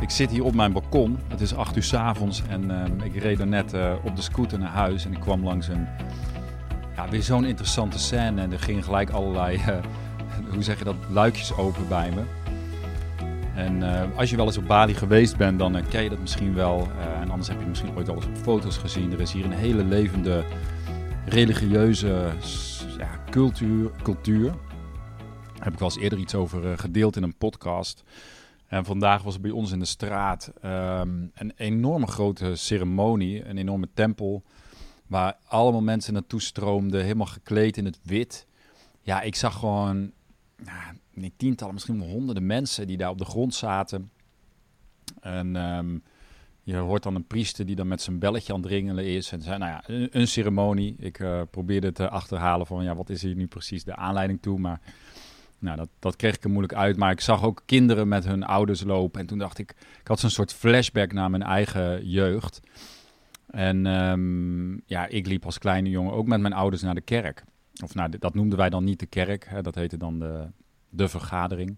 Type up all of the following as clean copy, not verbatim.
Ik zit hier op mijn balkon. Het is 8 uur 's avonds en ik reed er net op de scooter naar huis. En ik kwam langs weer zo'n interessante scène. En er gingen gelijk allerlei, hoe zeg je dat, luikjes open bij me. En als je wel eens op Bali geweest bent, dan ken je dat misschien wel. En anders heb je het misschien ooit wel eens op foto's gezien. Er is hier een hele levende religieuze cultuur. Daar heb ik wel eens eerder iets over gedeeld in een podcast. En vandaag was er bij ons in de straat een enorme grote ceremonie, een enorme tempel, waar allemaal mensen naartoe stroomden, helemaal gekleed in het wit. Ja, ik zag gewoon niet tientallen, misschien wel honderden mensen die daar op de grond zaten. En je hoort dan een priester die dan met zijn belletje aan het ringelen is. En zei, een ceremonie. Ik probeerde te achterhalen van, wat is hier nu precies de aanleiding toe, maar dat kreeg ik er moeilijk uit. Maar ik zag ook kinderen met hun ouders lopen. En toen dacht ik had zo'n soort flashback naar mijn eigen jeugd. En ik liep als kleine jongen ook met mijn ouders naar de kerk. Of dat noemden wij dan niet de kerk. Hè, dat heette dan de vergadering.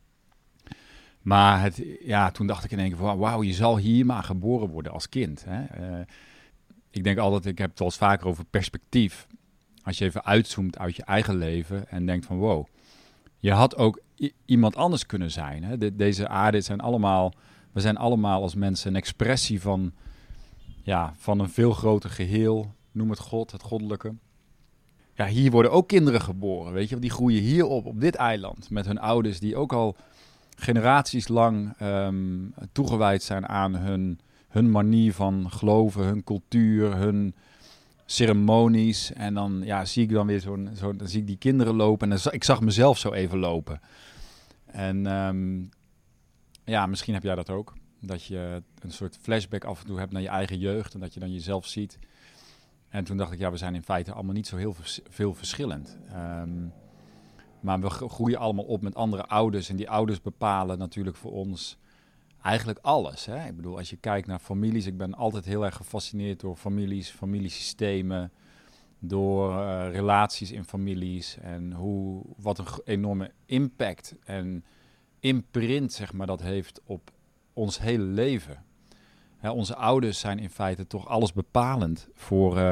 Maar toen dacht ik in één keer van, wauw, je zal hier maar geboren worden als kind. Hè? Ik denk altijd, ik heb het wel eens vaker over perspectief. Als je even uitzoomt uit je eigen leven en denkt van, wow, je had ook iemand anders kunnen zijn. Hè? Deze aarde we zijn allemaal als mensen een expressie van een veel groter geheel. Noem het God, het goddelijke. Ja, hier worden ook kinderen geboren, weet je. Die groeien hier op dit eiland. Met hun ouders die ook al generaties lang toegewijd zijn aan hun manier van geloven, hun cultuur, hun ceremonies. En dan zie ik dan weer dan zie ik die kinderen lopen. En ik zag mezelf zo even lopen. En misschien heb jij dat ook. Dat je een soort flashback af en toe hebt naar je eigen jeugd. En dat je dan jezelf ziet. En toen dacht ik, we zijn in feite allemaal niet zo heel veel verschillend. Maar we groeien allemaal op met andere ouders. En die ouders bepalen natuurlijk voor ons eigenlijk alles. Hè? Ik bedoel, als je kijkt naar families. Ik ben altijd heel erg gefascineerd door families, familiesystemen. Door relaties in families. En wat een enorme impact en imprint, zeg maar, dat heeft op ons hele leven. Ja, onze ouders zijn in feite toch alles bepalend voor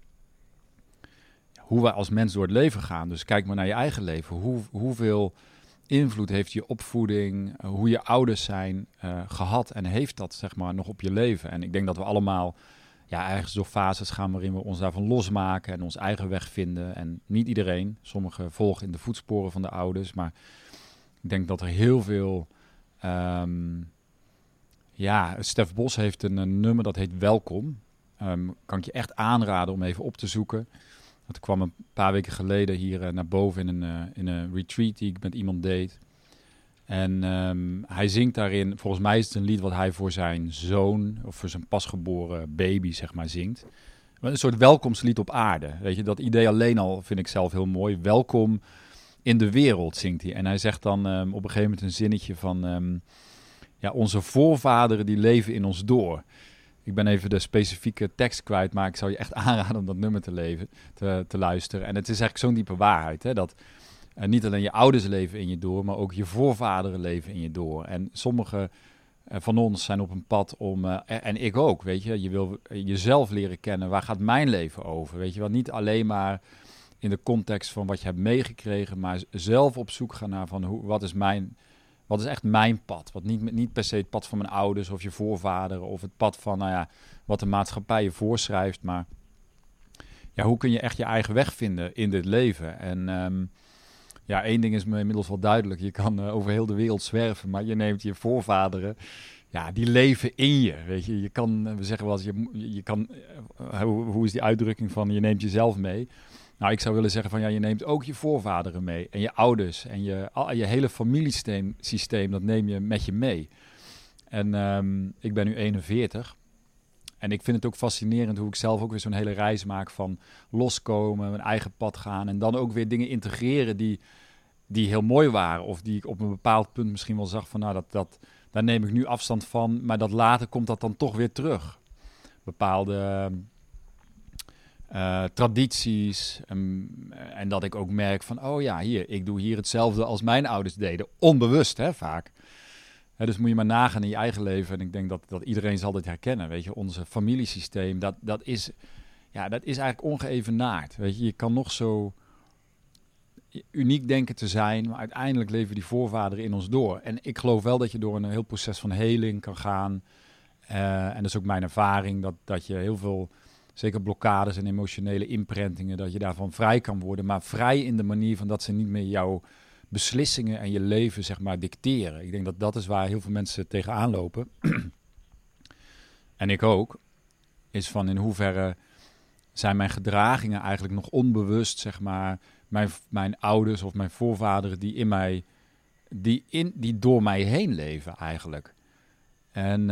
hoe wij als mens door het leven gaan. Dus kijk maar naar je eigen leven. Hoeveel invloed heeft je opvoeding, hoe je ouders zijn gehad en heeft dat, zeg maar, nog op je leven? En ik denk dat we allemaal ergens door fases gaan waarin we ons daarvan losmaken en ons eigen weg vinden. En niet iedereen. Sommigen volgen in de voetsporen van de ouders. Maar ik denk dat er heel veel... Stef Bos heeft een nummer dat heet Welkom. Kan ik je echt aanraden om even op te zoeken. Dat kwam een paar weken geleden hier naar boven in een retreat die ik met iemand deed. En hij zingt daarin, volgens mij is het een lied wat hij voor zijn zoon of voor zijn pasgeboren baby, zeg maar, zingt. Een soort welkomstlied op aarde. Weet je, dat idee alleen al vind ik zelf heel mooi. Welkom in de wereld, zingt hij. En hij zegt dan op een gegeven moment een zinnetje van... onze voorvaderen die leven in ons door. Ik ben even de specifieke tekst kwijt, maar ik zou je echt aanraden om dat nummer te luisteren. En het is eigenlijk zo'n diepe waarheid, hè, dat niet alleen je ouders leven in je door, maar ook je voorvaderen leven in je door. En sommige van ons zijn op een pad om, en ik ook, weet je wil jezelf leren kennen. Waar gaat mijn leven over? Weet je wel, niet alleen maar in de context van wat je hebt meegekregen, maar zelf op zoek gaan naar van wat is echt mijn pad? Wat niet per se het pad van mijn ouders of je voorvaderen of het pad van wat de maatschappij je voorschrijft. Maar hoe kun je echt je eigen weg vinden in dit leven? En één ding is me inmiddels wel duidelijk. Je kan over heel de wereld zwerven, maar je neemt je voorvaderen. Ja, die leven in je, weet je. Je kan, we zeggen wel eens, je kan, hoe is die uitdrukking van je neemt jezelf mee? Nou, ik zou willen zeggen van je neemt ook je voorvaderen mee. En je ouders en je hele familiesysteem, dat neem je met je mee. En ik ben nu 41. En ik vind het ook fascinerend hoe ik zelf ook weer zo'n hele reis maak van loskomen, mijn eigen pad gaan. En dan ook weer dingen integreren die heel mooi waren. Of die ik op een bepaald punt misschien wel zag van daar neem ik nu afstand van. Maar dat later komt dat dan toch weer terug. Bepaalde... tradities en dat ik ook merk van, ik doe hier hetzelfde als mijn ouders deden, onbewust vaak. Dus moet je maar nagaan in je eigen leven. En ik denk dat iedereen zal dit herkennen. Weet je, onze familiesysteem, dat is eigenlijk ongeëvenaard. Weet je kan nog zo uniek denken te zijn, maar uiteindelijk leven die voorvaderen in ons door. En ik geloof wel dat je door een heel proces van heling kan gaan. En dat is ook mijn ervaring, dat je heel veel, zeker blokkades en emotionele imprintingen, dat je daarvan vrij kan worden. Maar vrij in de manier van dat ze niet meer jouw beslissingen en je leven, zeg maar, dicteren. Ik denk dat is waar heel veel mensen tegenaan lopen. En ik ook. Is van in hoeverre zijn mijn gedragingen eigenlijk nog onbewust, zeg maar, mijn ouders of mijn voorvaderen die in mij, die door mij heen leven eigenlijk. En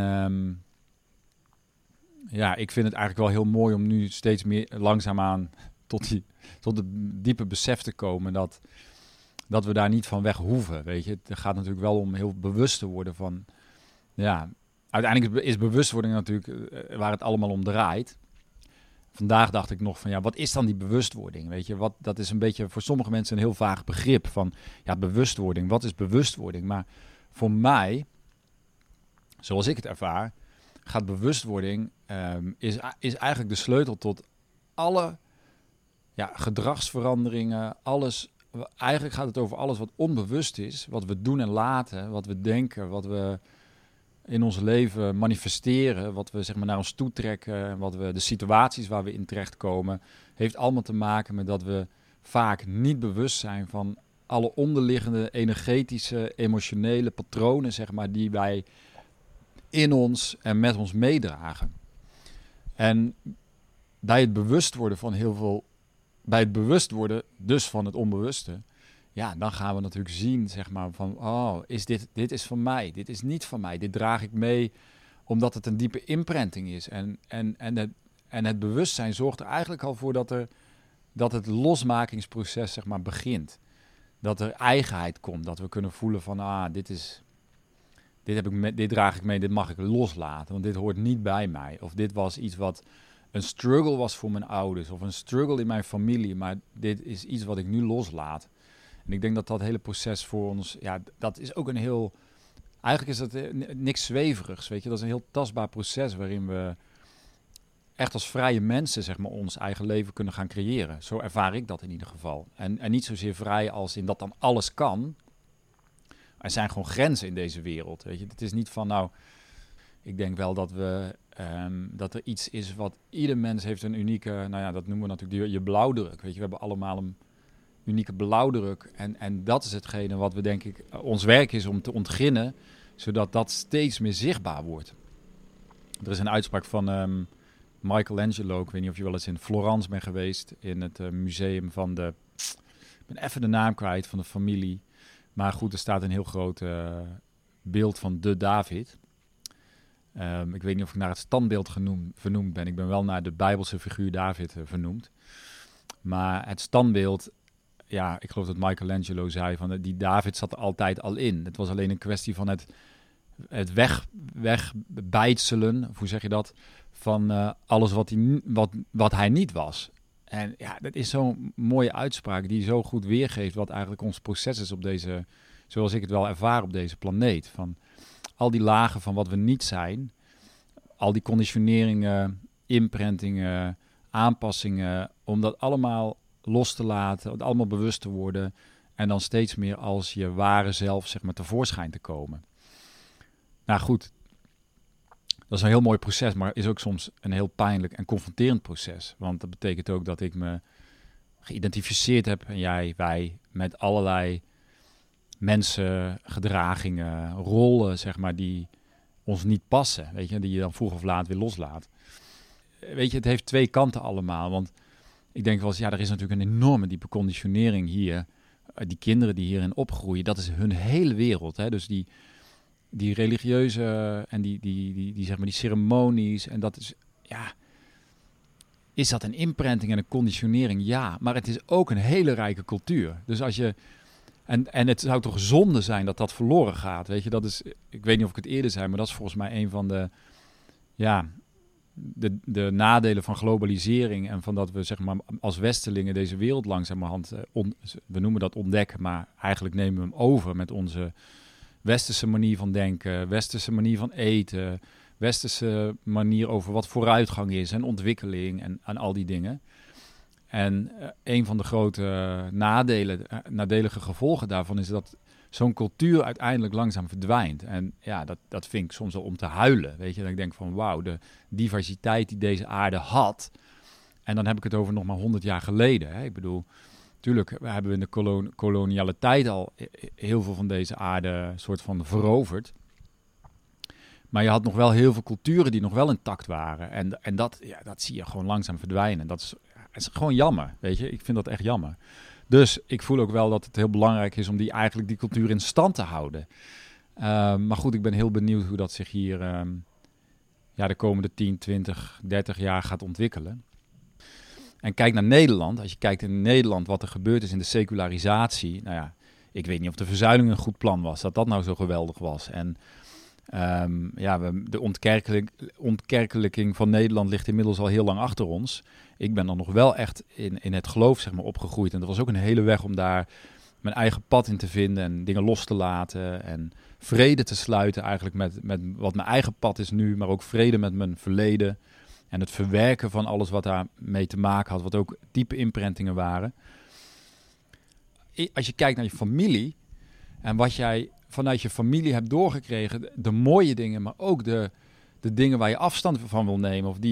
ik vind het eigenlijk wel heel mooi om nu steeds meer langzaamaan tot het diepe besef te komen dat we daar niet van weg hoeven, weet je. Het gaat natuurlijk wel om heel bewust te worden van, uiteindelijk is bewustwording natuurlijk waar het allemaal om draait. Vandaag dacht ik nog van, wat is dan die bewustwording, weet je. Dat is een beetje voor sommige mensen een heel vaag begrip van, bewustwording, wat is bewustwording? Maar voor mij, zoals ik het ervaar, gaat bewustwording, is eigenlijk de sleutel tot alle gedragsveranderingen, alles. Eigenlijk gaat het over alles wat onbewust is, wat we doen en laten, wat we denken, wat we in ons leven manifesteren, wat we zeg maar naar ons toe trekken, de situaties waar we in terechtkomen, heeft allemaal te maken met dat we vaak niet bewust zijn van alle onderliggende energetische, emotionele patronen, zeg maar, die wij in ons en met ons meedragen. En bij het bewust worden van heel veel, bij het bewust worden dus van het onbewuste, dan gaan we natuurlijk zien, zeg maar, van, is dit is van mij, dit is niet van mij, dit draag ik mee, omdat het een diepe imprinting is. En het bewustzijn zorgt er eigenlijk al voor dat het losmakingsproces, zeg maar, begint. Dat er eigenheid komt, dat we kunnen voelen van, dit draag ik mee, dit mag ik loslaten, want dit hoort niet bij mij. Of dit was iets wat een struggle was voor mijn ouders, of een struggle in mijn familie, maar dit is iets wat ik nu loslaat. En ik denk dat hele proces voor ons, dat is ook een heel, eigenlijk is dat niks zweverigs, weet je. Dat is een heel tastbaar proces waarin we echt als vrije mensen, zeg maar, ons eigen leven kunnen gaan creëren. Zo ervaar ik dat in ieder geval. En niet zozeer vrij als in dat dan alles kan. Er zijn gewoon grenzen in deze wereld, weet je. Het is niet van, ik denk wel dat er iets is wat ieder mens heeft een unieke, dat noemen we natuurlijk je blauwdruk, weet je. We hebben allemaal een unieke blauwdruk. En dat is hetgene wat we, denk ik, ons werk is om te ontginnen, zodat dat steeds meer zichtbaar wordt. Er is een uitspraak van Michelangelo, ik weet niet of je wel eens in Florence bent geweest, in het museum van ik ben even de naam kwijt, van de familie. Maar goed, er staat een heel groot beeld van de David. Ik weet niet of ik naar het standbeeld vernoemd ben. Ik ben wel naar de Bijbelse figuur David vernoemd. Maar het standbeeld, ik geloof dat Michelangelo zei van die David zat er altijd al in. Het was alleen een kwestie van het wegbijtselen, of hoe zeg je dat, van alles wat hij niet was. En dat is zo'n mooie uitspraak die zo goed weergeeft wat eigenlijk ons proces is op deze, zoals ik het wel ervaar op deze planeet. Van al die lagen van wat we niet zijn, al die conditioneringen, imprintingen, aanpassingen, om dat allemaal los te laten, het allemaal bewust te worden en dan steeds meer als je ware zelf, zeg maar, tevoorschijn te komen. Nou goed, dat is een heel mooi proces, maar is ook soms een heel pijnlijk en confronterend proces. Want dat betekent ook dat ik me geïdentificeerd heb, en wij, met allerlei mensen, gedragingen, rollen, zeg maar, die ons niet passen, weet je, die je dan vroeg of laat weer loslaat. Weet je, het heeft twee kanten allemaal, want ik denk wel eens, er is natuurlijk een enorme diepe conditionering hier. Die kinderen die hierin opgroeien, dat is hun hele wereld, hè. Dus die religieuze en die zeg maar die ceremonies, en dat is dat een imprinting en een conditionering? Ja, maar het is ook een hele rijke cultuur. Dus als je en het zou toch zonde zijn dat verloren gaat, weet je? Dat is, ik weet niet of ik het eerder zei, maar dat is volgens mij een van de nadelen van globalisering en van dat we, zeg maar, als Westelingen deze wereld langzamerhand, we noemen dat ontdekken, maar eigenlijk nemen we hem over met onze westerse manier van denken, westerse manier van eten, westerse manier over wat vooruitgang is en ontwikkeling en al die dingen. En een van de grote nadelige gevolgen daarvan is dat zo'n cultuur uiteindelijk langzaam verdwijnt. En ja, dat vind ik soms wel om te huilen. Weet je, dat ik denk van wauw, de diversiteit die deze aarde had. En dan heb ik het over nog maar 100 jaar geleden. Hè. Ik bedoel, natuurlijk hebben we in de koloniale tijd al heel veel van deze aarde soort van veroverd. Maar je had nog wel heel veel culturen die nog wel intact waren. En dat zie je gewoon langzaam verdwijnen. Dat is gewoon jammer, weet je. Ik vind dat echt jammer. Dus ik voel ook wel dat het heel belangrijk is om die cultuur in stand te houden. Maar goed, ik ben heel benieuwd hoe dat zich hier de komende 10, 20, 30 jaar gaat ontwikkelen. En kijk naar Nederland. Als je kijkt in Nederland wat er gebeurd is in de secularisatie. Nou ja, ik weet niet of de verzuiling een goed plan was. Dat nou zo geweldig was. En de ontkerkelijking van Nederland ligt inmiddels al heel lang achter ons. Ik ben dan nog wel echt in het geloof zeg maar, opgegroeid. En dat was ook een hele weg om daar mijn eigen pad in te vinden en dingen los te laten. En vrede te sluiten eigenlijk met wat mijn eigen pad is nu, maar ook vrede met mijn verleden. En het verwerken van alles wat daarmee te maken had, wat ook diepe imprintingen waren. Als je kijkt naar je familie en wat jij vanuit je familie hebt doorgekregen, de mooie dingen, maar ook de dingen waar je afstand van wil nemen, of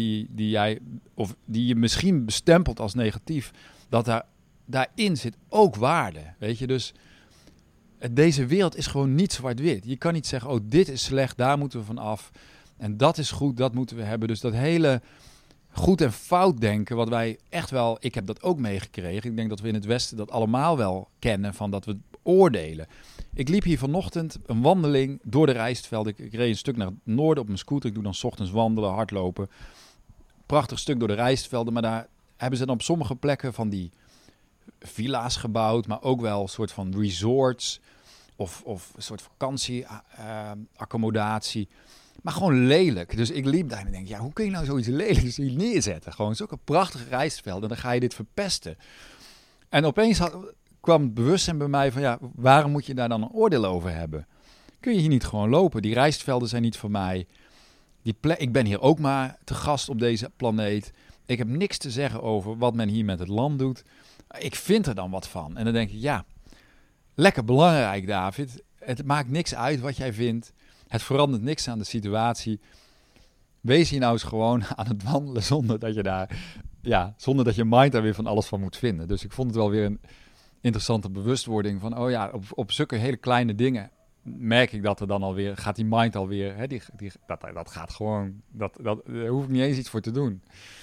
die je misschien bestempelt als negatief, dat daarin zit ook waarde. Weet je, dus deze wereld is gewoon niet zwart-wit. Je kan niet zeggen, oh, dit is slecht, daar moeten we van af. En dat is goed, dat moeten we hebben. Dus dat hele goed en fout denken, wat wij echt wel, ik heb dat ook meegekregen. Ik denk dat we in het Westen dat allemaal wel kennen, van dat we oordelen. Ik liep hier vanochtend een wandeling door de rijstvelden. Ik reed een stuk naar het noorden op mijn scooter. Ik doe dan 's ochtends wandelen, hardlopen. Prachtig stuk door de rijstvelden. Maar daar hebben ze dan op sommige plekken van die villa's gebouwd. Maar ook wel een soort van resorts. Of een soort vakantieaccommodatie. Maar gewoon lelijk. Dus ik liep daar en denk, ja, hoe kun je nou zoiets lelijks hier neerzetten? Gewoon zulke prachtige rijstvelden. En dan ga je dit verpesten. En opeens kwam het bewustzijn bij mij van, ja, waarom moet je daar dan een oordeel over hebben? Kun je hier niet gewoon lopen? Die rijstvelden zijn niet voor mij. Ik ben hier ook maar te gast op deze planeet. Ik heb niks te zeggen over wat men hier met het land doet. Ik vind er dan wat van. En dan denk ik, ja, lekker belangrijk, David. Het maakt niks uit wat jij vindt. Het verandert niks aan de situatie. Wees hier nou eens gewoon aan het wandelen zonder dat je mind daar weer van alles van moet vinden. Dus ik vond het wel weer een interessante bewustwording van, oh ja, op zulke hele kleine dingen merk ik dat er dan alweer, gaat die mind alweer, hè, dat gaat gewoon, daar hoef ik niet eens iets voor te doen.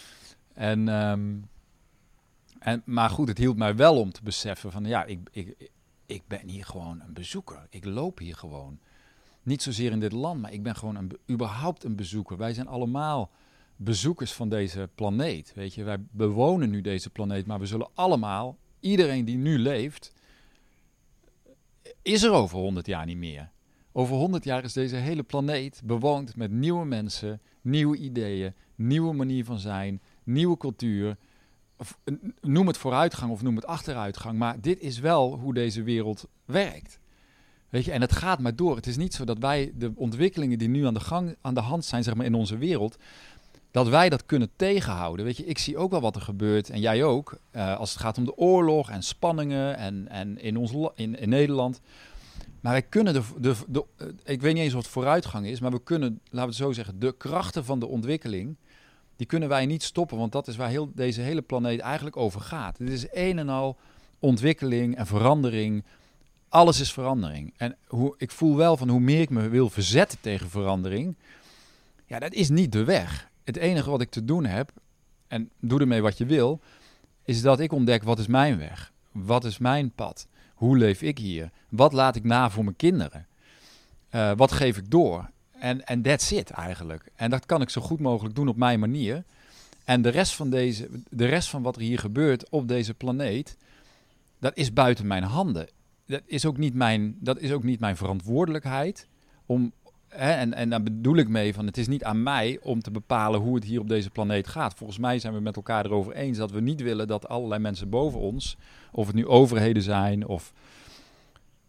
Maar goed, het hielp mij wel om te beseffen van, ja, ik ben hier gewoon een bezoeker. Ik loop hier gewoon. Niet zozeer in dit land, maar ik ben gewoon überhaupt een bezoeker. Wij zijn allemaal bezoekers van deze planeet. Weet je, wij bewonen nu deze planeet, maar we zullen allemaal, iedereen die nu leeft, is er over 100 jaar niet meer. Over 100 jaar is deze hele planeet bewoond met nieuwe mensen, nieuwe ideeën, nieuwe manier van zijn, nieuwe cultuur. Noem het vooruitgang of noem het achteruitgang, maar dit is wel hoe deze wereld werkt. Weet je, en het gaat maar door. Het is niet zo dat wij de ontwikkelingen die nu aan de hand zijn, zeg maar, in onze wereld, dat wij dat kunnen tegenhouden. Weet je, ik zie ook wel wat er gebeurt, en jij ook, als het gaat om de oorlog en spanningen en in Nederland. Maar wij kunnen ik weet niet eens wat vooruitgang is, maar we kunnen, laten we het zo zeggen, de krachten van de ontwikkeling, die kunnen wij niet stoppen, want dat is waar deze hele planeet eigenlijk over gaat. Het is een en al ontwikkeling en verandering. Alles is verandering. En ik voel wel van hoe meer ik me wil verzetten tegen verandering, ja, dat is niet de weg. Het enige wat ik te doen heb, en doe ermee wat je wil, is dat ik ontdek, wat is mijn weg? Wat is mijn pad? Hoe leef ik hier? Wat laat ik na voor mijn kinderen? Wat geef ik door? En that's it eigenlijk. En dat kan ik zo goed mogelijk doen op mijn manier. En de rest van wat er hier gebeurt op deze planeet, dat is buiten mijn handen. Dat is ook niet mijn verantwoordelijkheid. En daar bedoel ik mee van, het is niet aan mij om te bepalen hoe het hier op deze planeet gaat. Volgens mij zijn we met elkaar erover eens dat we niet willen dat allerlei mensen boven ons, of het nu overheden zijn of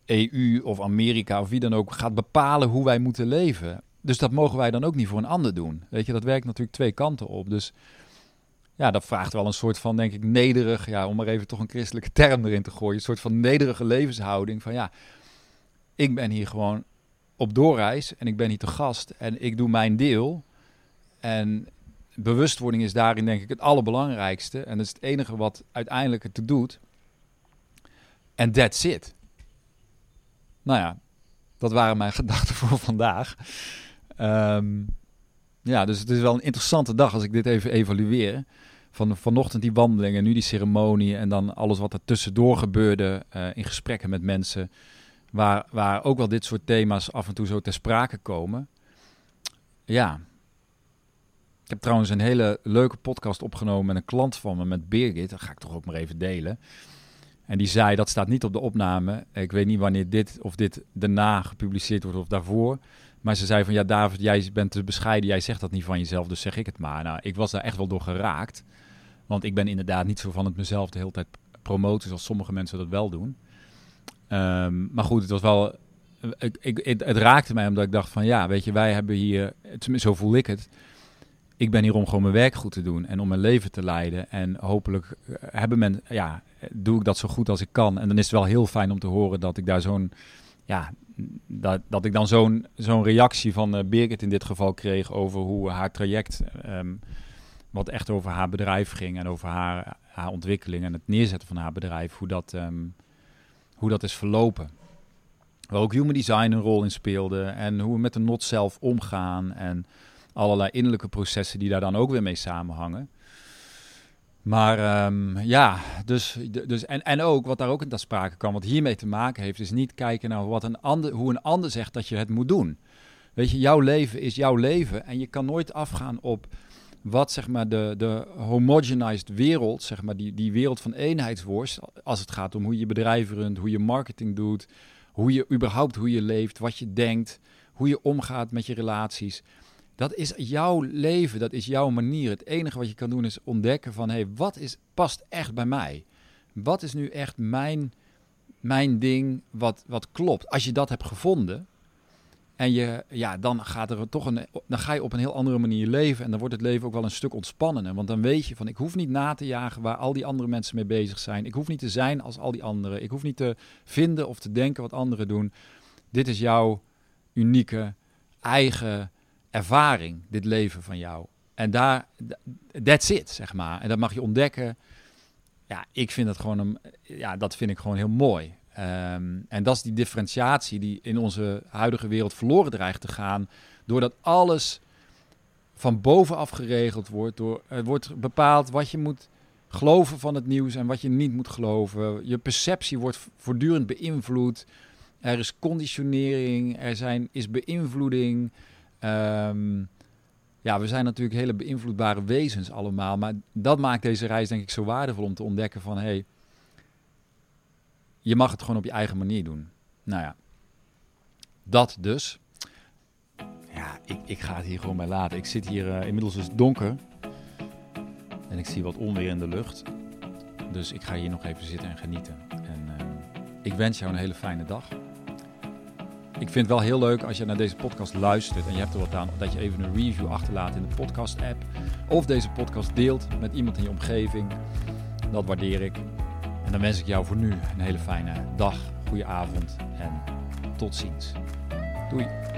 EU of Amerika of wie dan ook gaat bepalen hoe wij moeten leven. Dus dat mogen wij dan ook niet voor een ander doen. Weet je, dat werkt natuurlijk twee kanten op. Dus ja, dat vraagt wel een soort van, denk ik, nederig, ja, om maar even toch een christelijke term erin te gooien, een soort van nederige levenshouding van ja, ik ben hier gewoon op doorreis en ik ben hier te gast en ik doe mijn deel. En bewustwording is daarin denk ik het allerbelangrijkste en dat is het enige wat uiteindelijk het doet. En that's it. Nou ja, dat waren mijn gedachten voor vandaag. Ja, dus het is wel een interessante dag als ik dit even evalueer. Vanochtend die wandeling en nu die ceremonie en dan alles wat er tussendoor gebeurde in gesprekken met mensen. Waar ook wel dit soort thema's af en toe zo ter sprake komen. Ja. Ik heb trouwens een hele leuke podcast opgenomen met een klant van me, met Birgit. Dat ga ik toch ook maar even delen. En die zei, dat staat niet op de opname. Ik weet niet wanneer dit daarna gepubliceerd wordt of daarvoor. Maar ze zei van, ja David, jij bent te bescheiden. Jij zegt dat niet van jezelf, dus zeg ik het maar. Nou, ik was daar echt wel door geraakt. Want ik ben inderdaad niet zo van het mezelf de hele tijd promoten, zoals sommige mensen dat wel doen. Maar goed, het was wel... Het raakte mij omdat ik dacht van, ja, weet je, wij hebben hier... Zo voel ik het. Ik ben hier om gewoon mijn werk goed te doen en om mijn leven te leiden. En hopelijk doe ik dat zo goed als ik kan. En dan is het wel heel fijn om te horen dat ik daar dat ik dan zo'n reactie van Birgit in dit geval kreeg over hoe haar traject, wat echt over haar bedrijf ging en over haar ontwikkeling en het neerzetten van haar bedrijf, hoe dat is verlopen. Waar ook human design een rol in speelde en hoe we met de not zelf omgaan en allerlei innerlijke processen die daar dan ook weer mee samenhangen. Maar en ook wat daar ook in ter sprake kan, wat hiermee te maken heeft, is niet kijken naar hoe een ander zegt dat je het moet doen. Weet je, jouw leven is jouw leven en je kan nooit afgaan op wat zeg maar de homogenized wereld, zeg maar die wereld van eenheidsworst, als het gaat om hoe je bedrijf runt, hoe je marketing doet, hoe je leeft, wat je denkt, hoe je omgaat met je relaties. Dat is jouw leven, dat is jouw manier. Het enige wat je kan doen is ontdekken van, wat past echt bij mij? Wat is nu echt mijn ding wat klopt? Als je dat hebt gevonden en dan ga je op een heel andere manier leven en dan wordt het leven ook wel een stuk ontspannender. Want dan weet je van, ik hoef niet na te jagen waar al die andere mensen mee bezig zijn. Ik hoef niet te zijn als al die anderen. Ik hoef niet te vinden of te denken wat anderen doen. Dit is jouw unieke eigen ervaring, dit leven van jou. En that's it, zeg maar. En dat mag je ontdekken. Ja, ik vind dat dat vind ik gewoon heel mooi. En dat is die differentiatie die in onze huidige wereld verloren dreigt te gaan, doordat alles van bovenaf geregeld wordt. Het wordt bepaald wat je moet geloven van het nieuws en wat je niet moet geloven. Je perceptie wordt voortdurend beïnvloed. Er is conditionering, is beïnvloeding. We zijn natuurlijk hele beïnvloedbare wezens allemaal, maar dat maakt deze reis denk ik zo waardevol om te ontdekken van, je mag het gewoon op je eigen manier doen. Nou ja, dat dus. Ja, ik ga het hier gewoon bij laten. Ik zit hier, inmiddels is het donker en ik zie wat onweer in de lucht. Dus ik ga hier nog even zitten en genieten. En ik wens jou een hele fijne dag. Ik vind het wel heel leuk als je naar deze podcast luistert en je hebt er wat aan, dat je even een review achterlaat in de podcast-app. Of deze podcast deelt met iemand in je omgeving. Dat waardeer ik. En dan wens ik jou voor nu een hele fijne dag, goede avond en tot ziens. Doei.